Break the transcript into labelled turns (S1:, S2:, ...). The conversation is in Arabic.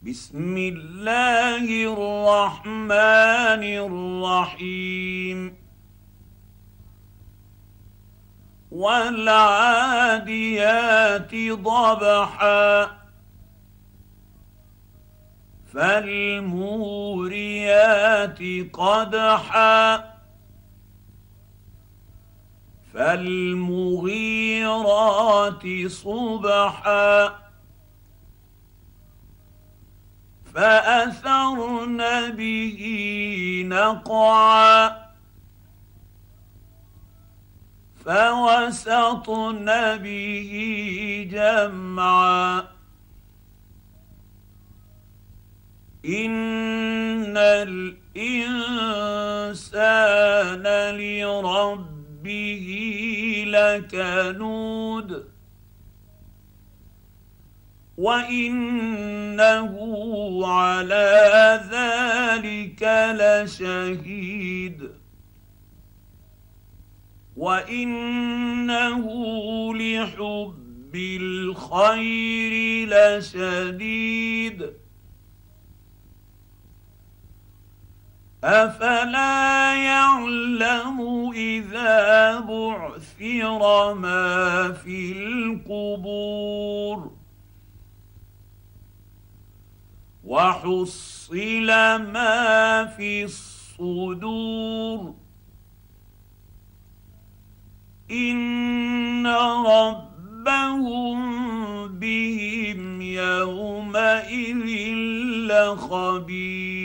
S1: بسم الله الرحمن الرحيم والعاديات ضبحا فالموريات قدحا فالمغيرات صبحا فأثرن به نقعا فوسطن به جمعا إن الإنسان لربه لكنود وإنه على ذلك لشهيد وإنه لحب الخير لشديد أفلا يعلم إذا بعثر ما في القبور وحصل ما في الصدور إن ربهم بهم يومئذ لخبير